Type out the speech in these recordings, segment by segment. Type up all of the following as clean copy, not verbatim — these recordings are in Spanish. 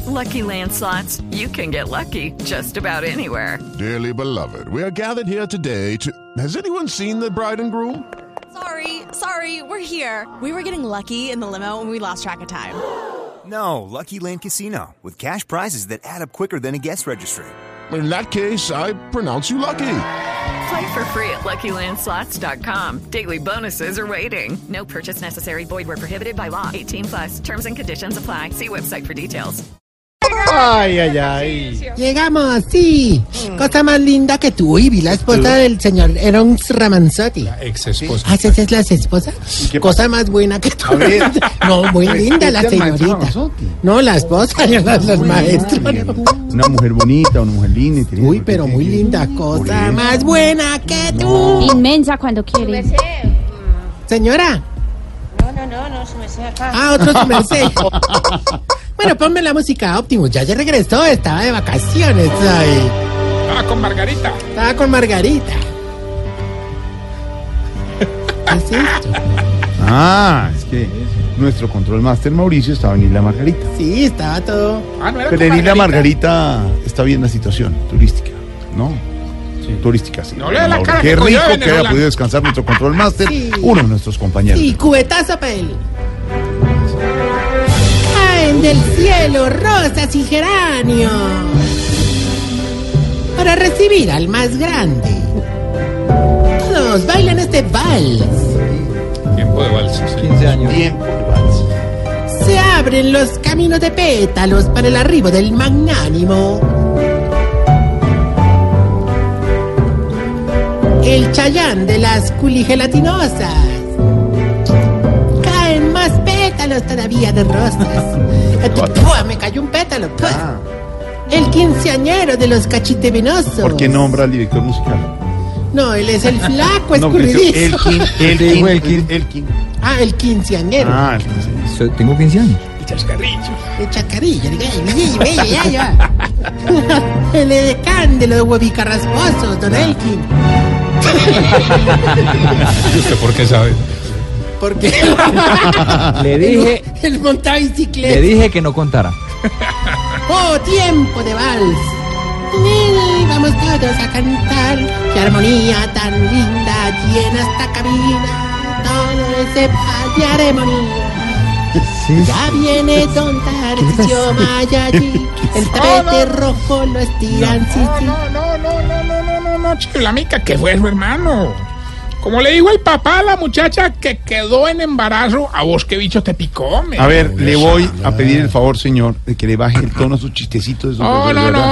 Lucky Land Slots, you can get lucky just about anywhere. Dearly beloved, we are gathered here today to... Has anyone seen the bride and groom? Sorry, we're here. We were getting lucky in the limo and we lost track of time. No, Lucky Land Casino, with cash prizes that add up quicker than a guest registry. In that case, I pronounce you lucky. Play for free at LuckyLandSlots.com. Daily bonuses are waiting. No purchase necessary. Void where prohibited by law. 18+. Terms and conditions apply. See website for details. Ay. Llegamos, sí. Cosa más linda que tú. Y vi la esposa del señor Eron Ramanzotti. La ex esposa. ¿Ah, esa es la esposa? Cosa más buena que tú. No, muy linda la señorita. No, la esposa, los maestros. Una mujer bonita, una mujer linda. Uy, pero muy linda. Cosa más buena que tú. Inmensa cuando quiere. Señora. No, su merced acá. Ah, otro su merced. Bueno, ponme la música Optimus. Ya regresó, estaba de vacaciones. Estaba con Margarita. Estaba con Margarita. ¿Qué es esto? Ah, es que nuestro control master Mauricio estaba en Isla Margarita. Sí, estaba todo. No era. Pero en Isla Margarita está bien la situación turística, ¿no? Sí. Turística, sí. No le da la cara. Qué rico que haya podido descansar nuestro control master, sí. Uno de nuestros compañeros. Sí, cubetazo para él. Caen del cielo rosas y geranios para recibir al más grande. Todos bailan este vals. Tiempo de vals, sí. 15 años. Tiempo de vals. Se abren los caminos de pétalos para el arribo del magnánimo. El Chayán de las culigelatinosas. Caen más pétalos todavía de rosas. Me cayó un pétalo. El quinceañero de los cachitevenosos. ¿Por qué nombra al director musical? No, él es el flaco escurridizo. El quinceañero. Tengo 15 años. El chascarrillo. El edecán de los huevicarrasposos, don Elkin. ¿Y usted por qué sabe? Porque le dije, el montabicicleta. Le dije que no contara. Oh, tiempo de vals. Vamos todos a cantar. Qué armonía tan linda llena esta cabina. Todo ese paz de armonía. Sí. Ya viene Don Tarcisio Mayallí. El tapete rojo lo estiran. No, chiflamica, ¿qué fue eso, hermano? Como le digo el papá a la muchacha que quedó en embarazo, ¿a vos qué bicho te picó? A ver, le voy a pedir el favor, señor, de que le baje el tono a sus chistecitos. No,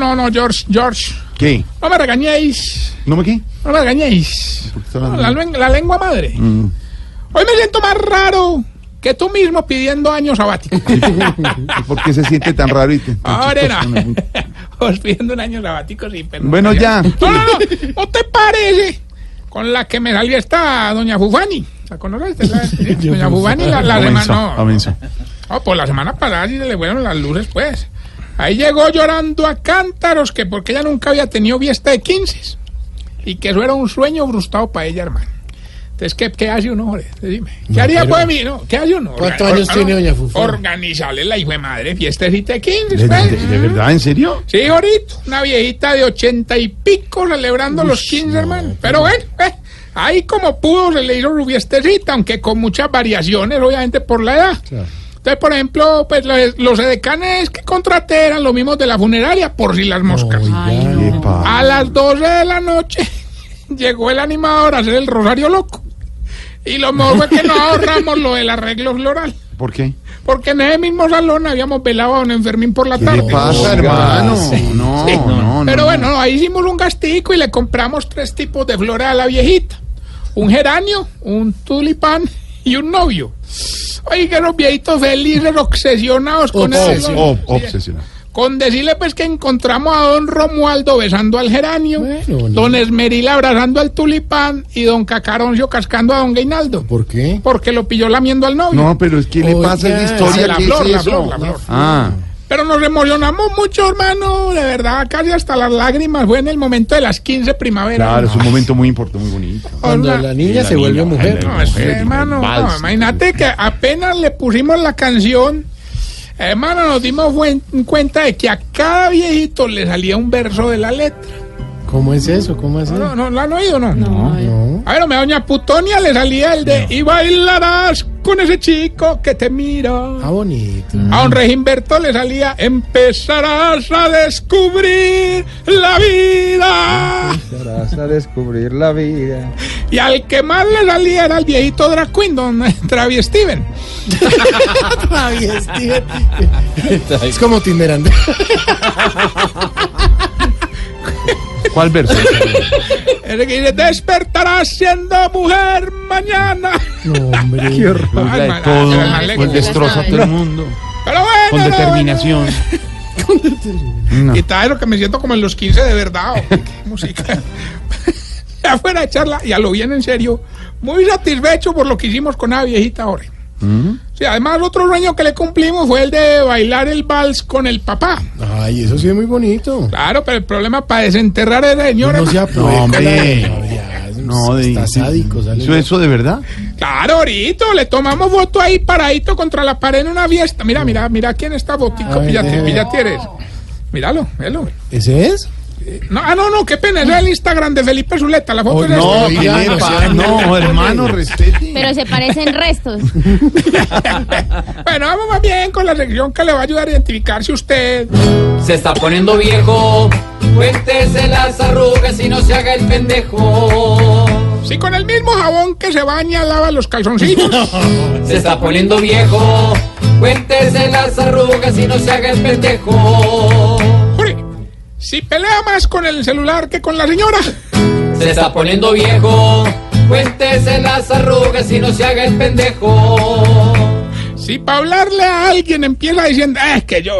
George. ¿Qué? No me regañéis. ¿No me qué? No me regañéis. La lengua madre. Hoy me siento más raro que tú mismo pidiendo año sabático. ¿Por qué se siente tan raro? Ahora no. Vos pidiendo un año sabático, sí, pero... Bueno, ya. ¿No te parece? Con la que me salió esta doña Fufani. ¿La conoces? Doña Fufani la semana... No, pues la semana pasada sí se le fueron las luces, pues. Ahí llegó llorando a cántaros que porque ella nunca había tenido fiesta de 15 y que eso era un sueño frustrado para ella, hermano. Entonces, ¿qué hace uno, Jorge? Dime. ¿Qué haría pues mí? No, ¿qué hace uno? ¿Cuántos años tiene doña Fufani? Organizarle la hijo de madre fiestecita de 15. ¿De verdad? ¿En serio? Sí, ahorita. Una viejita de 80 y pico celebrando los 15, hermano. Pero bueno, ahí como pudo se le hizo su fiestecita, aunque con muchas variaciones, obviamente por la edad. Claro. Entonces, por ejemplo, pues los edecanes que contraté eran los mismos de la funeraria, por si las moscas. A las 12 de la noche llegó el animador a hacer el rosario loco. Y lo mejor fue que no ahorramos lo del arreglo floral. ¿Por qué? Porque en ese mismo salón habíamos velado a don Enfermín por la tarde. ¿Qué pasa, hermano? No. Pero bueno, ahí hicimos un gastico y le compramos 3 tipos de flores a la viejita. Un geranio, un tulipán y un novio. Oye, que los viejitos felices, obsesionados con eso. Obsesionados. Con decirle pues que encontramos a don Romualdo besando al geranio, don Esmeril abrazando al tulipán y don Cacaroncio cascando a don Gainaldo. ¿Por qué? Porque lo pilló lamiendo al novio. No, pero es que le pasa la historia. La flor. Pero nos emocionamos mucho, hermano, de verdad, casi hasta las lágrimas. Fue en el momento de las 15 primaveras. Claro, es un momento muy importante, muy bonito. Cuando la niña se vuelve mujer. No, hermano, imagínate que apenas le pusimos la canción, Hermano, nos dimos cuenta de que a cada viejito le salía un verso de la letra. ¿Cómo es eso? ¿Cómo así? ¿No lo han oído, no? No. A ver, a doña Putonia le salía el de y bailarás con ese chico que te mira. Ah, bonito. A don Regimberto le salía empezarás a descubrir la vida. Empezarás a descubrir la vida. Y al que más le salía era el viejito drag queen, don Travis Steven. Es como Tinderande. ¿Cuál verso? El que dice, despertarás siendo mujer mañana. No, hombre. Qué horror. Ay, De todo, man, pues destroza a todo el mundo. Pero bueno, Con determinación. No. Y tal, lo que me siento como en los 15 de verdad. Qué música. Ya fuera de charla, y a lo bien en serio, muy satisfecho por lo que hicimos con la viejita ahora. Sí, además otro sueño que le cumplimos fue el de bailar el vals con el papá. Ay, eso sí es muy bonito. Claro, pero el problema para desenterrar a esa señora. No se No, hombre. No, está sádico, sale. ¿Eso de verdad? Claro, ahorita le tomamos foto ahí paradito contra la pared en una fiesta. Mira quién está botico, píllate eres. Míralo, velo. ¿Ese es? No, qué pena, es el Instagram de Felipe Zuleta, la foto es No, esta. no, hermano, respete. Pero se parecen restos. Bueno, vamos más bien con la sección que le va a ayudar a identificarse usted. Se está poniendo viejo, cuéntese las arrugas y no se haga el pendejo. Si con el mismo jabón que se baña lava los calzoncillos. Se está poniendo viejo, cuéntese las arrugas y no se haga el pendejo. Jure, si pelea más con el celular que con la señora. Se está poniendo viejo, cuéntese las arrugas y no se haga el pendejo. Si para hablarle a alguien empieza diciendo, es que yo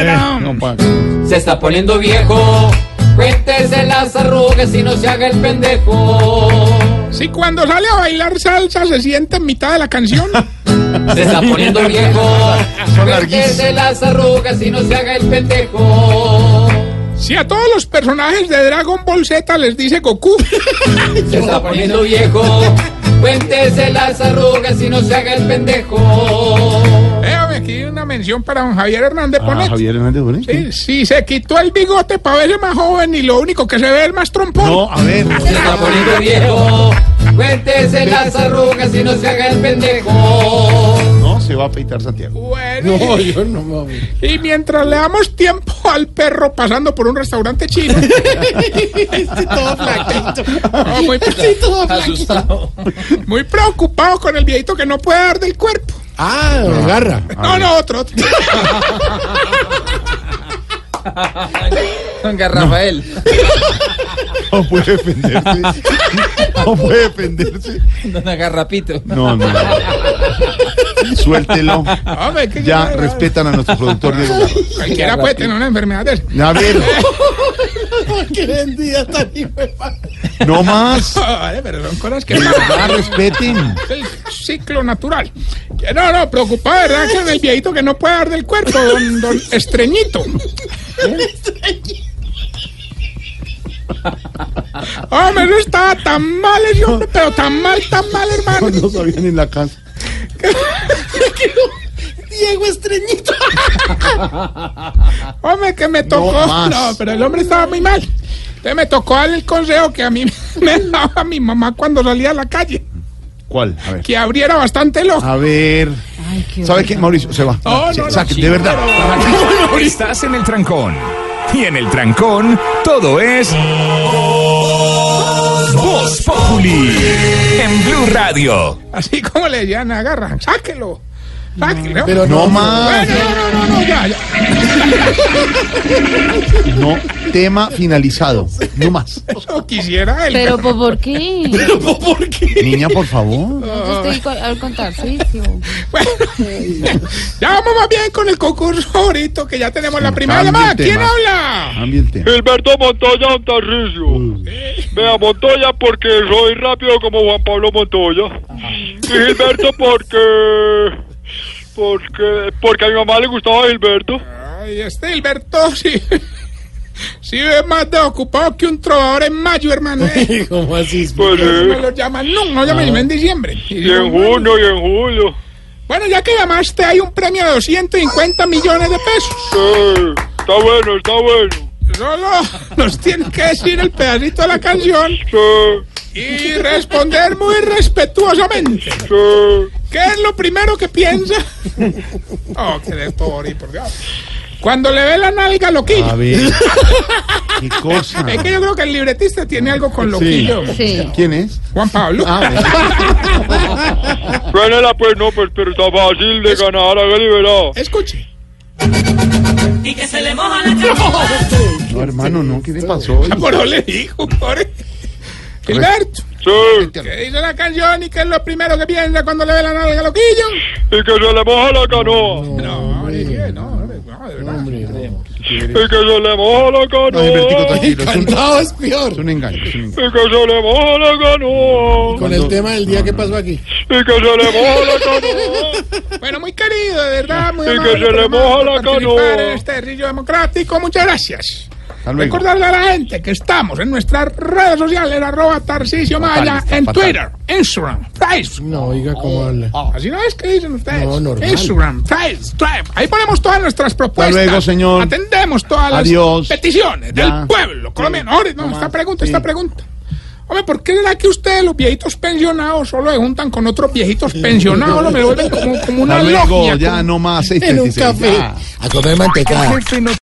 Se está poniendo viejo, cuéntese las arrugas y no se haga el pendejo. Si cuando sale a bailar salsa se siente en mitad de la canción. Se está poniendo viejo, cuéntese las arrugas y no se haga el pendejo. Si a todos los personajes de Dragon Ball Z les dice Goku. Se está poniendo viejo, cuéntese las arrugas y no se haga el pendejo. Aquí una mención para don Javier Hernández Bonet. Javier Hernández Bonet. Sí, si se quitó el bigote para verse más joven y lo único que se ve es más trompón. No, a ver. Se está poniendo viejo, cuéntese las arrugas y no se haga el pendejo. No, se va a peitar Santiago. Bueno, No, yo no, mami. y mientras le damos tiempo al perro pasando por un restaurante chino. Todo flaquito. No, Asustado. muy preocupado con el viejito que no puede dar del cuerpo. Ah, agarra. No, otro. Don Rafael. No puede defenderse. No puede defenderse. Don Agarrapito. No. Suéltelo. Hombre, ¿qué Ya quiere? respetan a nuestro productor Diego Garra. Cualquiera puede tener una enfermedad de esa. A ver, Qué vendida tan hijo de madre. no más. Vale, pero son cosas que Ya respeten. es el ciclo natural. Que no, preocupado, ¿verdad? Que en el viejito que no puede dar del cuerpo, don Estreñito. Hombre, eso estaba tan mal ese hombre, pero tan mal, hermano. No sabían en la casa. Diego Estreñito. Hombre, que me tocó. No más. No, pero el hombre estaba muy mal. Entonces me tocó darle el consejo que a mí me daba mi mamá cuando salía a la calle. ¿Cuál? A ver. Que abriera bastante el ojo. A ver. ¿Sabe qué, Mauricio? Se va. No, Sí, no, saque, sí, de verdad. Estás en el trancón. Y en el trancón, todo es. Voz Populi. En Blue Radio. Así como le decían, agarra, sáquelo. Pero No más. Bueno, no, ya. No, tema finalizado. No más. Eso quisiera él. Pero ¿por qué? ¿por qué? Niña, por favor. Yo estoy al contarse. Bueno, ya vamos más bien con el concurso ahorita, que ya tenemos la primera Cambie llamada. el ¿Quién tema. habla? Cambie el tema. Gilberto Montoya Ontarricio. Vea, Montoya porque soy rápido como Juan Pablo Montoya. Y Gilberto porque a mi mamá le gustaba Gilberto. Ay, Gilberto, sí. Sí, es más de ocupado que un trovador en mayo, hermano. ¿Cómo así? Pues Me lo llaman, no llaman en diciembre. Y en junio y en julio. Bueno, ya que llamaste, hay un premio de 250 millones de pesos. Sí, está bueno, está bueno. Solo nos tiene que decir el pedacito de la canción Sí, y responder muy respetuosamente. sí. ¿Qué es lo primero que piensa? Oh, qué de todo, por Dios. Cuando le ve la nalga a Loquillo. A ver. ¿Qué cosa? Es que yo creo que el libretista tiene algo con Loquillo. Sí. ¿Quién es? Juan Pablo. Suénela pues, no, pues, pero está fácil de ganar, hágale verá. Escuche. Y que se le moja la camisa. No, hermano, no. ¿Qué le pasó? Por le dijo, pobre. Gilberto. Sí, ¿Qué dice la canción y qué es lo primero que piensa cuando le ve la nalga a Loquillo? y que se le moja la canoa. No, de verdad. Y que se le moja la No, Gilbertico, canoa. tranquilo. Cantado es peor. Es un engaño, es un Y engaño. que se le moja la canoa. Con el tema del día que pasó aquí. Y que se le moja la canoa. Bueno, muy querido, de verdad, muy Y que amable se le por moja la participar canoa. en este rillo democrático. Muchas gracias. Hasta luego. Recordarle a la gente que estamos en nuestras redes sociales, @Tarcisio Maya, Fatal, en fatal. Twitter, Instagram, Facebook. No, oiga cómo habla. Así no es que dicen ustedes. No, normal. Instagram, Facebook. Ahí ponemos todas nuestras propuestas. Hasta luego, señor. Atendemos todas Adiós. las peticiones Ya. del pueblo colombiano. Ahora, no, esta pregunta. Hombre, ¿por qué será que ustedes, los viejitos pensionados, solo se juntan con otros viejitos pensionados? No me vuelven como una Hasta luego, logia. ya no más. En un 6:36, café. ya. A comer manteca. Jefe, no